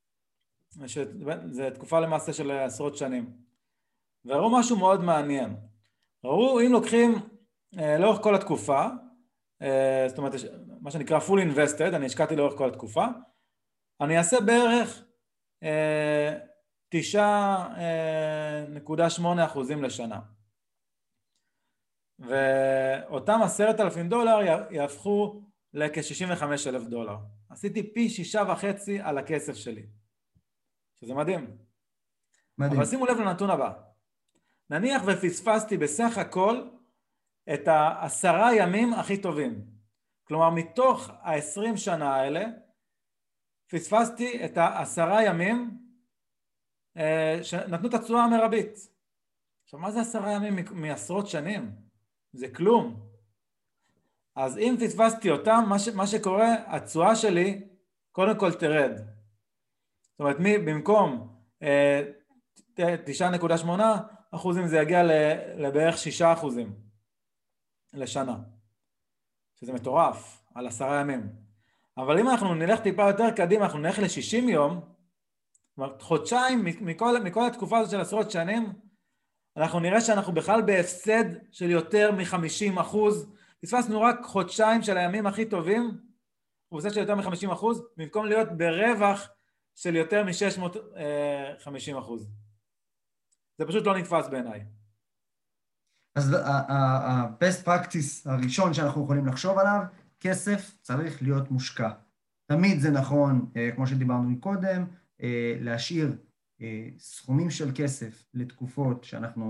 זה תקופה למעשה של עשרות שנים. וראו משהו מאוד מעניין. ראו אם לוקחים לאורך כל התקופה, זאת אומרת מה שנקרא full invested, אני השקעתי לאורך כל התקופה, אני אעשה בערך תשע נקודה שמונה אחוזים לשנה. ואותם עשרת אלפים דולר יהפכו לכ-שישים וחמישה אלף דולר. עשיתי פי שישה וחצי על הכסף שלי. שזה מדהים. מדהים. אבל שימו לב לנתון הבא. נניח ופספסתי בסך הכל את העשרה ימים הכי טובים. כלומר, מתוך ה-עשרים שנה האלה, פספסתי את העשרה ימים שנתנו את התשואה המרבית. עכשיו, מה זה עשרה ימים מעשרות שנים? זה כלום. אז אם פספסתי אותם, מה, ש, מה שקורה, התשואה שלי קודם כל תרד. זאת אומרת, מי, במקום תשע נקודה שמונה אחוזים זה יגיע לבערך שישה אחוזים לשנה. שזה מטורף, על עשרה ימים. אבל אם אנחנו נלך טיפה יותר קדימה, אנחנו נלך ל-שישים יום, חודשיים מכל, מכל התקופה הזאת של עשרות שנים, אנחנו נראה שאנחנו בכלל בהפסד של יותר מ-חמישים אחוז, פספסנו רק חודשיים של הימים הכי טובים, הפסד של יותר מ-חמישים אחוז, במקום להיות ברווח של יותר מ-שש מאות וחמישים אחוז. זה פשוט לא נתפס בעיניי. אז ה-best practice הראשון שאנחנו יכולים לחשוב עליו, כסף צריך להיות מושקע. תמיד זה נכון, כמו שדיברנו מקודם, להשאיר סכומים של כסף לתקופות שאנחנו,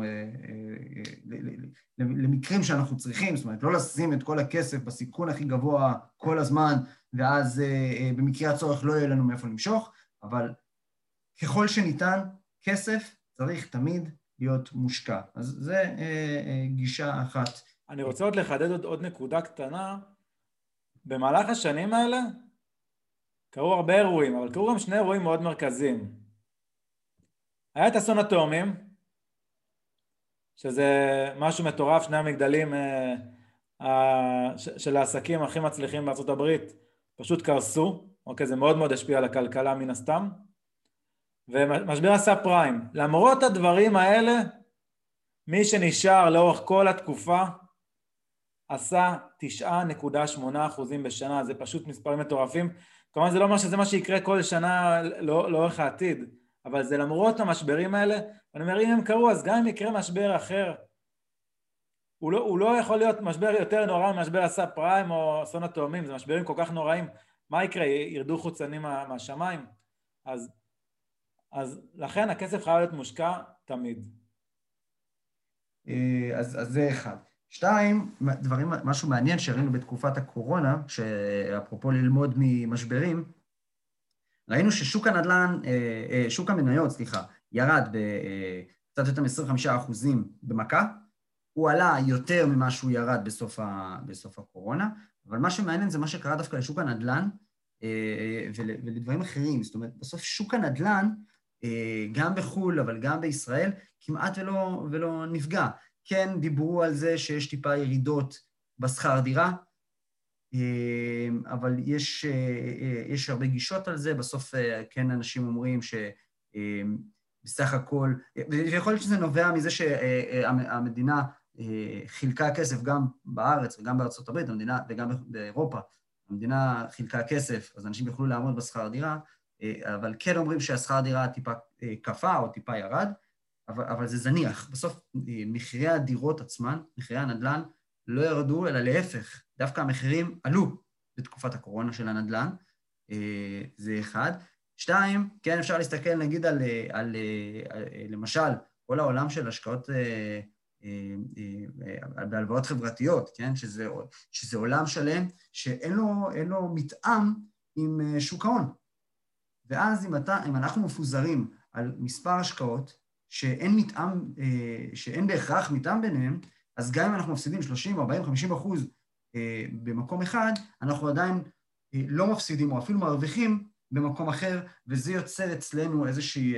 למקרים שאנחנו צריכים, זאת אומרת, לא לשים את כל הכסף בסיכון הכי גבוה כל הזמן, ואז במקרה הצורך לא יהיה לנו מאיפה למשוך, אבל ככל שניתן, כסף צריך תמיד להיות מושקע. אז זה גישה אחת. אני רוצה עוד לחדד עוד, עוד נקודה קטנה. במהלך השנים האלה קרו הרבה אירועים, אבל קרו גם שני אירועים מאוד מרכזיים. היה את אסון התאומים, שזה משהו מטורף, שני המגדלים אה, אה, של העסקים הכי מצליחים בארצות הברית פשוט קרסו, אוקיי, זה מאוד מאוד השפיע על הכלכלה מן הסתם. ומשבר הסאב פריים, למרות הדברים האלה, מי שנשאר לאורך כל התקופה, עשה תשע נקודה שמונה אחוזים בשנה, זה פשוט מספרים מטורפים. כלומר, זה לא אומר שזה מה שיקרה כל שנה לא, לאורך העתיד, אבל זה למרות המשברים האלה, אני אומר, אם הם קרו, אז גם אם יקרה משבר אחר, הוא לא, הוא לא יכול להיות משבר יותר נורא ממשבר הסאב פריים או אסון התאומים, זה משברים כל כך נוראים, מה יקרה? ירדו חוצנים מה, מהשמיים? אז, אז לכן הכסף חייב להיות מושקע תמיד. אז, אז זה אחד. שתיים, דברים, משהו מעניין שראינו בתקופת הקורונה, שאפרופו ללמוד ממשברים, ראינו ששוק הנדל"ן, שוק המניות, סליחה, ירד בקצת יותר מ-עשרים וחמישה אחוזים במכה, הוא עלה יותר ממה שהוא ירד בסוף, ה, בסוף הקורונה, אבל מה שמעניין זה מה שקרה דווקא לשוק הנדל"ן ולדברים אחרים. זאת אומרת, בסוף שוק הנדל"ן, גם בחו"ל, אבל גם בישראל, כמעט ולא, ולא נפגע. כן, דיברו על זה שיש טיפה ירידות בשכר דירה, אבל יש, יש הרבה גישות על זה. בסוף כן אנשים אומרים שבסך הכל, ויכול להיות שזה נובע מזה שהמדינה חילקה כסף גם בארץ וגם בארצות הברית, המדינה, וגם באירופה, המדינה חילקה כסף, אז אנשים יוכלו לעמוד בשכר דירה, אבל כן אומרים שהשכר דירה טיפה קפה או טיפה ירד, אבל, אבל זה זניח. בסוף מחירי הדירות עצמן, מחירי הנדל"ן, לא ירדו, אלא להפך. דווקא המחירים עלו בתקופת הקורונה של הנדל"ן, זה אחד. שתיים, כן, אפשר להסתכל נגיד על, על, על למשל, כל העולם של השקעות בהלוואות חברתיות, כן? שזה, שזה עולם שלם שאין לו, אין לו מתאם עם שוק ההון. ואז אם, אתה, אם אנחנו מפוזרים על מספר השקעות שאין מתאם, שאין בהכרח מתאם ביניהם, אז גם אם אנחנו מפסידים שלושים, ארבעים, חמישים אחוז במקום אחד, אנחנו עדיין לא מפסידים או אפילו מרוויחים במקום אחר, וזה יוצר אצלנו איזושהי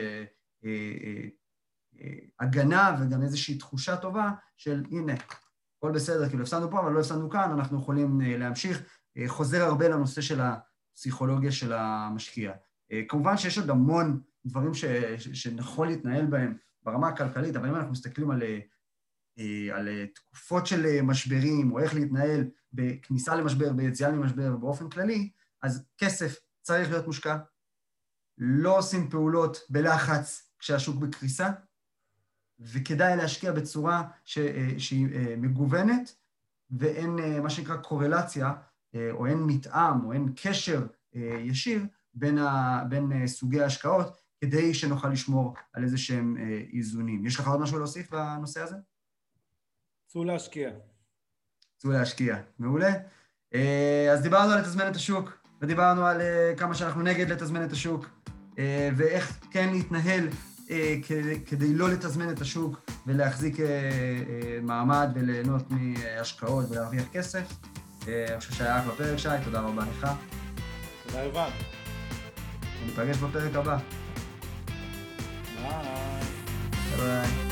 הגנה וגם איזושהי תחושה טובה של הנה, הכל בסדר, כאילו הפסדנו פה, אבל לא הפסדנו כאן, אנחנו יכולים להמשיך. חוזר הרבה לנושא של הפסיכולוגיה של המשקיע. כמובן שיש עוד המון דברים ש, שנכון להתנהל בהם ברמה הכלכלית, אבל אם אנחנו מסתכלים על, על תקופות של משברים, או איך להתנהל בכניסה למשבר, ביציאה למשבר, ובאופן כללי, אז כסף צריך להיות מושקע. לא עושים פעולות בלחץ כשהשוק בקריסה, וכדאי להשקיע בצורה ש, שהיא מגוונת, ואין מה שנקרא קורלציה, או אין מתאם, או אין קשר ישיר בין, ה, בין סוגי ההשקעות, כדי שנוכל לשמור על איזה שהם איזונים. יש לך עוד משהו להוסיף בנושא הזה? צאו להשקיע. צאו להשקיע, מעולה. אז דיברנו על לתזמן את השוק, ודיברנו על כמה שאנחנו נגד לתזמן את השוק, ואיך כן להתנהל כדי לא לתזמן את השוק, ולהחזיק מעמד וליהנות מהשקעות ולהרוויח כסף. אני חושב שהיה אחלה פרק, שי, תודה רבה לך. תודה יובל. ניפגש בפרק הבא. ביי. ביי.